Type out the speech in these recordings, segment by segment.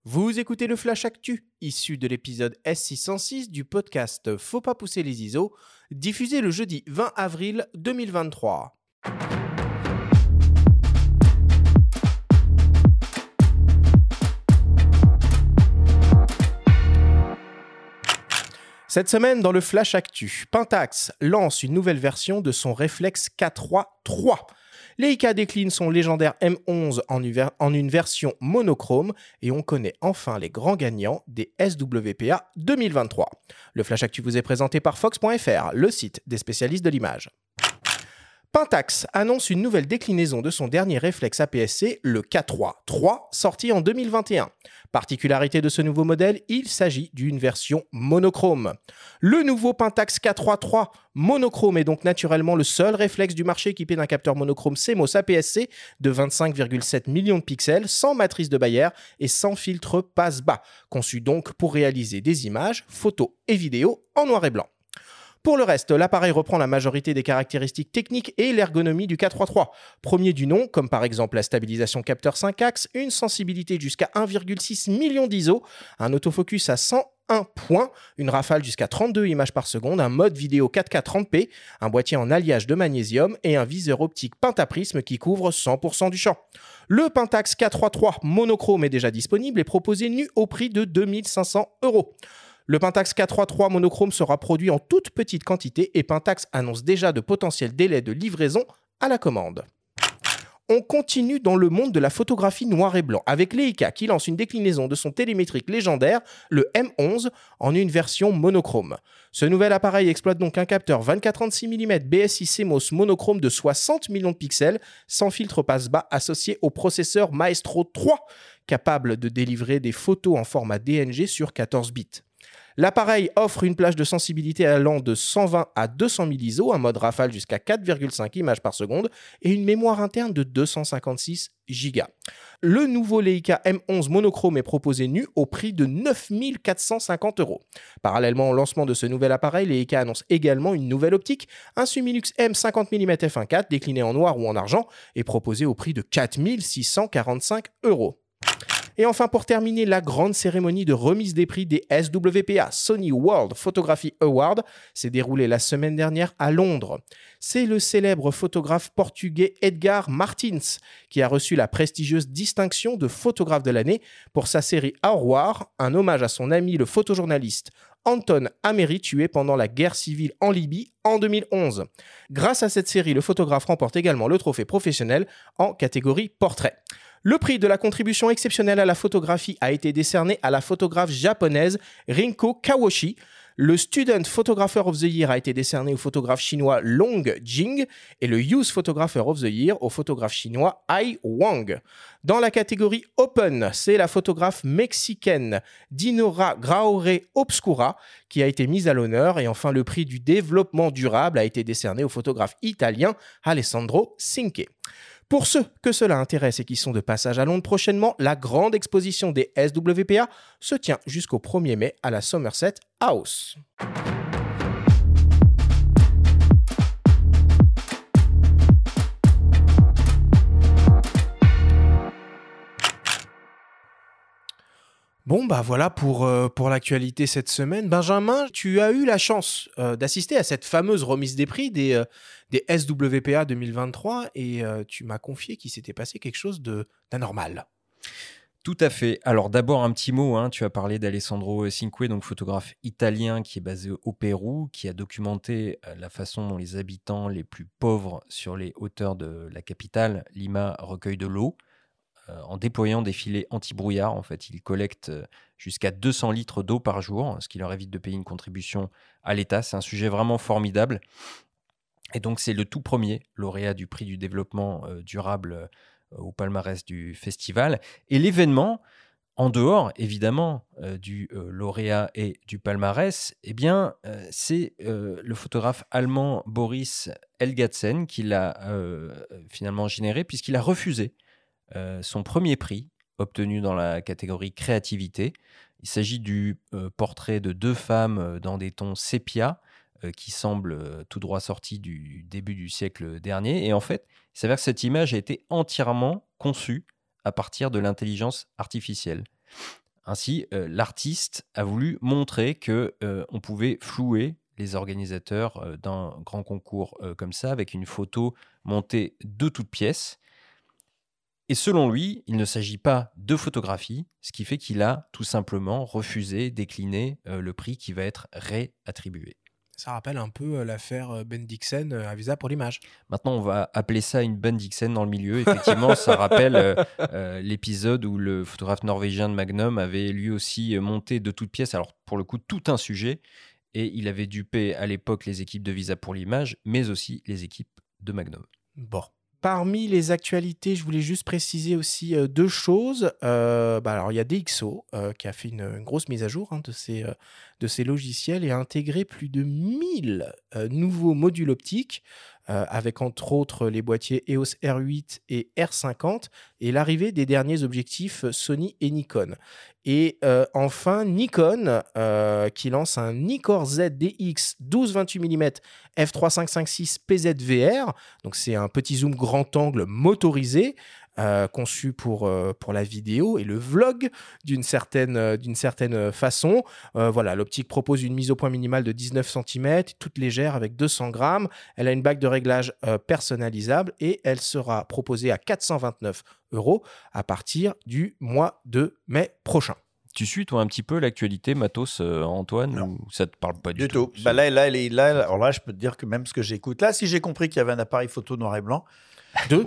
Vous écoutez le Flash Actu, issu de l'épisode S606 du podcast Faut pas pousser les ISO, diffusé le jeudi 20 avril 2023. Cette semaine, dans le Flash Actu, Pentax lance une nouvelle version de son réflexe K3 III. Leica décline son légendaire M11 en une version monochrome et on connaît enfin les grands gagnants des SWPA 2023. Le Flash Actu vous est présenté par Fox.fr, le site des spécialistes de l'image. Pentax annonce une nouvelle déclinaison de son dernier réflexe APS-C, le K3 III, sorti en 2021. Particularité de ce nouveau modèle, il s'agit d'une version monochrome. Le nouveau Pentax K3 III monochrome est donc naturellement le seul réflexe du marché équipé d'un capteur monochrome CMOS APS-C de 25,7 millions de pixels, sans matrice de Bayer et sans filtre passe-bas, conçu donc pour réaliser des images, photos et vidéos en noir et blanc. Pour le reste, l'appareil reprend la majorité des caractéristiques techniques et l'ergonomie du K3 III. Premier du nom, comme par exemple la stabilisation capteur 5 axes, une sensibilité jusqu'à 1,6 million d'ISO, un autofocus à 101 points, une rafale jusqu'à 32 images par seconde, un mode vidéo 4K 30p, un boîtier en alliage de magnésium et un viseur optique pentaprisme qui couvre 100% du champ. Le Pentax K3 III monochrome est déjà disponible et proposé nu au prix de 2500 €. Le Pentax K3 III monochrome sera produit en toute petite quantité et Pentax annonce déjà de potentiels délais de livraison à la commande. On continue dans le monde de la photographie noir et blanc avec Leica qui lance une déclinaison de son télémétrique légendaire, le M11, en une version monochrome. Ce nouvel appareil exploite donc un capteur 24-36 mm BSI CMOS monochrome de 60 millions de pixels sans filtre passe-bas associé au processeur Maestro 3, capable de délivrer des photos en format DNG sur 14 bits. L'appareil offre une plage de sensibilité allant de 120 à 200 000 ISO, un mode rafale jusqu'à 4,5 images par seconde et une mémoire interne de 256 Go. Le nouveau Leica M11 monochrome est proposé nu au prix de 9 450 €. Parallèlement au lancement de ce nouvel appareil, Leica annonce également une nouvelle optique, un Summilux M50 mm f1.4 décliné en noir ou en argent et proposé au prix de 4 645 €. Et enfin, pour terminer, la grande cérémonie de remise des prix des SWPA, Sony World Photography Award, s'est déroulée la semaine dernière à Londres. C'est le célèbre photographe portugais Edgar Martins qui a reçu la prestigieuse distinction de photographe de l'année pour sa série Our War, un hommage à son ami le photojournaliste Anton Améry, tué pendant la guerre civile en Libye en 2011. Grâce à cette série, le photographe remporte également le trophée professionnel en catégorie portrait. Le prix de la contribution exceptionnelle à la photographie a été décerné à la photographe japonaise Rinko Kawashi. Le Student Photographer of the Year a été décerné au photographe chinois Long Jing et le Youth Photographer of the Year au photographe chinois Ai Wang. Dans la catégorie Open, c'est la photographe mexicaine Dinora Graore Obscura qui a été mise à l'honneur et enfin le prix du développement durable a été décerné au photographe italien Alessandro Cinque. Pour ceux que cela intéresse et qui sont de passage à Londres prochainement, la grande exposition des SWPA se tient jusqu'au 1er mai à la Somerset House. Bon, bah voilà pour l'actualité cette semaine. Benjamin, tu as eu la chance d'assister à cette fameuse remise des prix des SWPA 2023 et tu m'as confié qu'il s'était passé quelque chose d'anormal. Tout à fait. Alors d'abord un petit mot, tu as parlé d'Alessandro Cinque, donc photographe italien qui est basé au Pérou, qui a documenté la façon dont les habitants les plus pauvres sur les hauteurs de la capitale, Lima, recueillent de l'eau. En déployant des filets anti-brouillard. En fait, ils collectent jusqu'à 200 litres d'eau par jour, ce qui leur évite de payer une contribution à l'État. C'est un sujet vraiment formidable. Et donc, c'est le tout premier lauréat du prix du développement durable au palmarès du festival. Et l'événement, en dehors, évidemment, du lauréat et du palmarès, c'est le photographe allemand Boris Elgatzen qui l'a finalement généré, puisqu'il a refusé son premier prix, obtenu dans la catégorie créativité. Il s'agit du portrait de deux femmes dans des tons sépia qui semblent tout droit sortis du début du siècle dernier. Et en fait, il s'avère que cette image a été entièrement conçue à partir de l'intelligence artificielle. Ainsi, l'artiste a voulu montrer que on pouvait flouer les organisateurs d'un grand concours comme ça, avec une photo montée de toutes pièces. Et selon lui, il ne s'agit pas de photographie, ce qui fait qu'il a tout simplement refusé, décliné le prix qui va être réattribué. Ça rappelle un peu l'affaire Ben Dixon à Visa pour l'image. Maintenant, on va appeler ça une Ben Dixon dans le milieu. Effectivement, ça rappelle l'épisode où le photographe norvégien de Magnum avait lui aussi monté de toutes pièces, alors pour le coup, tout un sujet. Et il avait dupé à l'époque les équipes de Visa pour l'image, mais aussi les équipes de Magnum. Bon. Parmi les actualités, je voulais juste préciser aussi deux choses. Alors, il y a DxO qui a fait une grosse mise à jour de ses logiciels et a intégré plus de 1000 nouveaux modules optiques avec entre autres les boîtiers EOS R8 et R50 et l'arrivée des derniers objectifs Sony et Nikon. Et enfin, Nikon qui lance un Nikkor Z DX 12-28 mm f3.556 PZVR. Donc, c'est un petit zoom grand angle motorisé conçu pour la vidéo et le vlog d'une certaine façon. Voilà, l'optique propose une mise au point minimale de 19 cm, toute légère avec 200 grammes. Elle a une bague de réglage personnalisable et elle sera proposée à 429 € à partir du mois de mai prochain. Tu suis, toi, un petit peu l'actualité matos, Antoine, Non. Ou ça te parle pas du tout. tout? Bah là, alors là, je peux te dire que même ce que j'écoute, là, si j'ai compris qu'il y avait un appareil photo noir et blanc, Deux.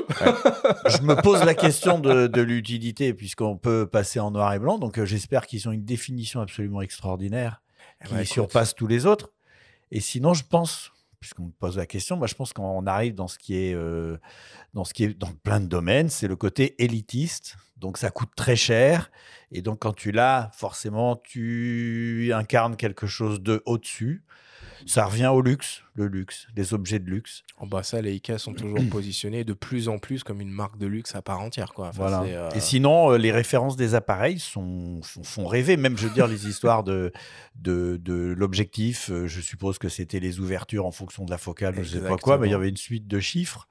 je me pose la question de l'utilité, puisqu'on peut passer en noir et blanc. Donc, j'espère qu'ils ont une définition absolument extraordinaire qui surpasse tous les autres. Et sinon, je pense, puisqu'on me pose la question, moi, je pense qu'on arrive dans ce qui est dans plein de domaines, c'est le côté élitiste. Donc, ça coûte très cher. Et donc, quand tu l'as, forcément, tu incarnes quelque chose de au-dessus. Ça revient au luxe, les objets de luxe. Oh bah ça, les Leica sont toujours positionnés de plus en plus comme une marque de luxe à part entière, quoi. Enfin, voilà. Et sinon, les références des appareils font rêver. Même, je veux dire, les histoires de l'objectif, je suppose que c'était les ouvertures en fonction de la focale, je ne sais pas quoi, mais il y avait une suite de chiffres.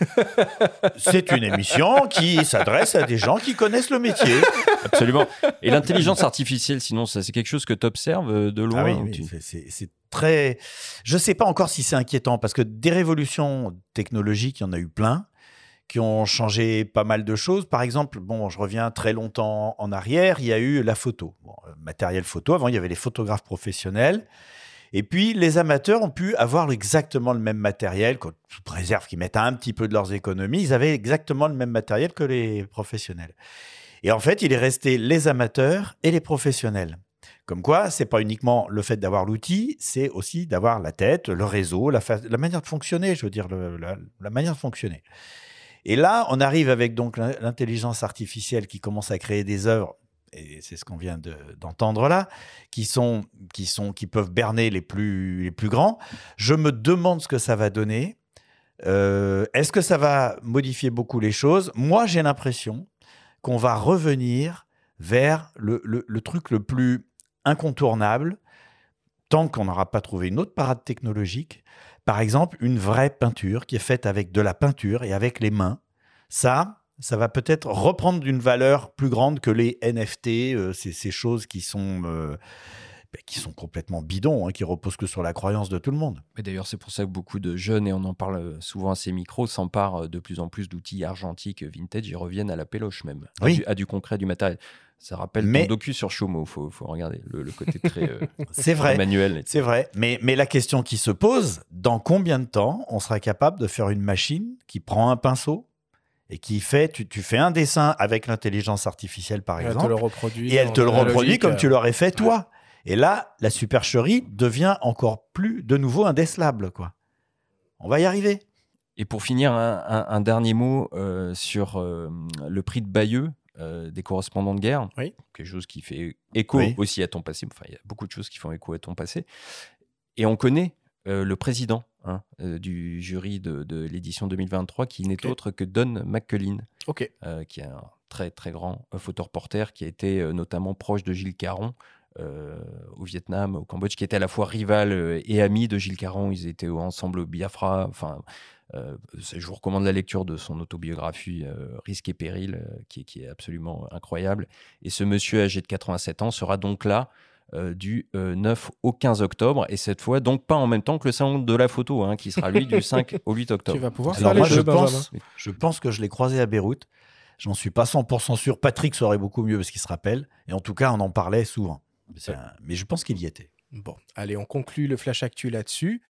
C'est une émission qui s'adresse à des gens qui connaissent le métier. Absolument. Et l'intelligence artificielle, sinon, ça, c'est quelque chose que tu observes de loin? Ah oui, c'est très... Je ne sais pas encore si c'est inquiétant, parce que des révolutions technologiques, il y en a eu plein, qui ont changé pas mal de choses. Par exemple, je reviens très longtemps en arrière, il y a eu la photo. Matériel photo, avant, il y avait les photographes professionnels. Et puis, les amateurs ont pu avoir exactement le même matériel, sous réserve qu'ils mettent un petit peu de leurs économies. Ils avaient exactement le même matériel que les professionnels. Et en fait, il est resté les amateurs et les professionnels. Comme quoi, c'est pas uniquement le fait d'avoir l'outil, c'est aussi d'avoir la tête, le réseau, la manière de fonctionner, je veux dire, la manière de fonctionner. Et là, on arrive avec donc l'intelligence artificielle qui commence à créer des œuvres, et c'est ce qu'on vient d'entendre là, qui peuvent berner les plus grands. Je me demande ce que ça va donner. Est-ce que ça va modifier beaucoup les choses? Moi, j'ai l'impression qu'on va revenir vers le truc le plus incontournable, tant qu'on n'aura pas trouvé une autre parade technologique. Par exemple, une vraie peinture qui est faite avec de la peinture et avec les mains. Ça va peut-être reprendre d'une valeur plus grande que les NFT, ces choses qui sont complètement bidons, qui reposent que sur la croyance de tout le monde. Et d'ailleurs, c'est pour ça que beaucoup de jeunes, et on en parle souvent à ces micros, s'emparent de plus en plus d'outils argentiques vintage et reviennent à la péloche même, à du concret, du matériel. Ça rappelle ton docu sur Chomo, faut regarder le côté très c'est vrai, manuel. C'est vrai, mais la question qui se pose, dans combien de temps on sera capable de faire une machine qui prend un pinceau et qui fait, tu fais un dessin avec l'intelligence artificielle par exemple, elle te le reproduit comme tu l'aurais fait toi. Et là, la supercherie devient encore plus, de nouveau, indécelable, quoi. On va y arriver. Et pour finir, un dernier mot sur le prix de Bayeux des correspondants de guerre. Oui. Quelque chose qui fait écho aussi à ton passé. Enfin, il y a beaucoup de choses qui font écho à ton passé. Et on connaît le président du jury de l'édition 2023, qui n'est autre que Don McCullin, qui est un très, très grand photoreporter qui a été notamment proche de Gilles Caron au Vietnam, au Cambodge, qui était à la fois rival et ami de Gilles Caron. Ils étaient ensemble au Biafra. Enfin, je vous recommande la lecture de son autobiographie Risque et péril, qui est absolument incroyable. Et ce monsieur âgé de 87 ans sera donc là du 9 au 15 octobre, et cette fois donc pas en même temps que le salon de la photo, hein, qui sera lui du 5 au 8 octobre. Tu vas pouvoir Alors faire moi, les deux, Benjamin. je pense que je l'ai croisé à Beyrouth. J'en suis pas 100% sûr. Patrick saurait beaucoup mieux parce qu'il se rappelle. Et en tout cas, on en parlait souvent. Mais je pense qu'il y était. Bon, allez, on conclut le Flash Actu là-dessus.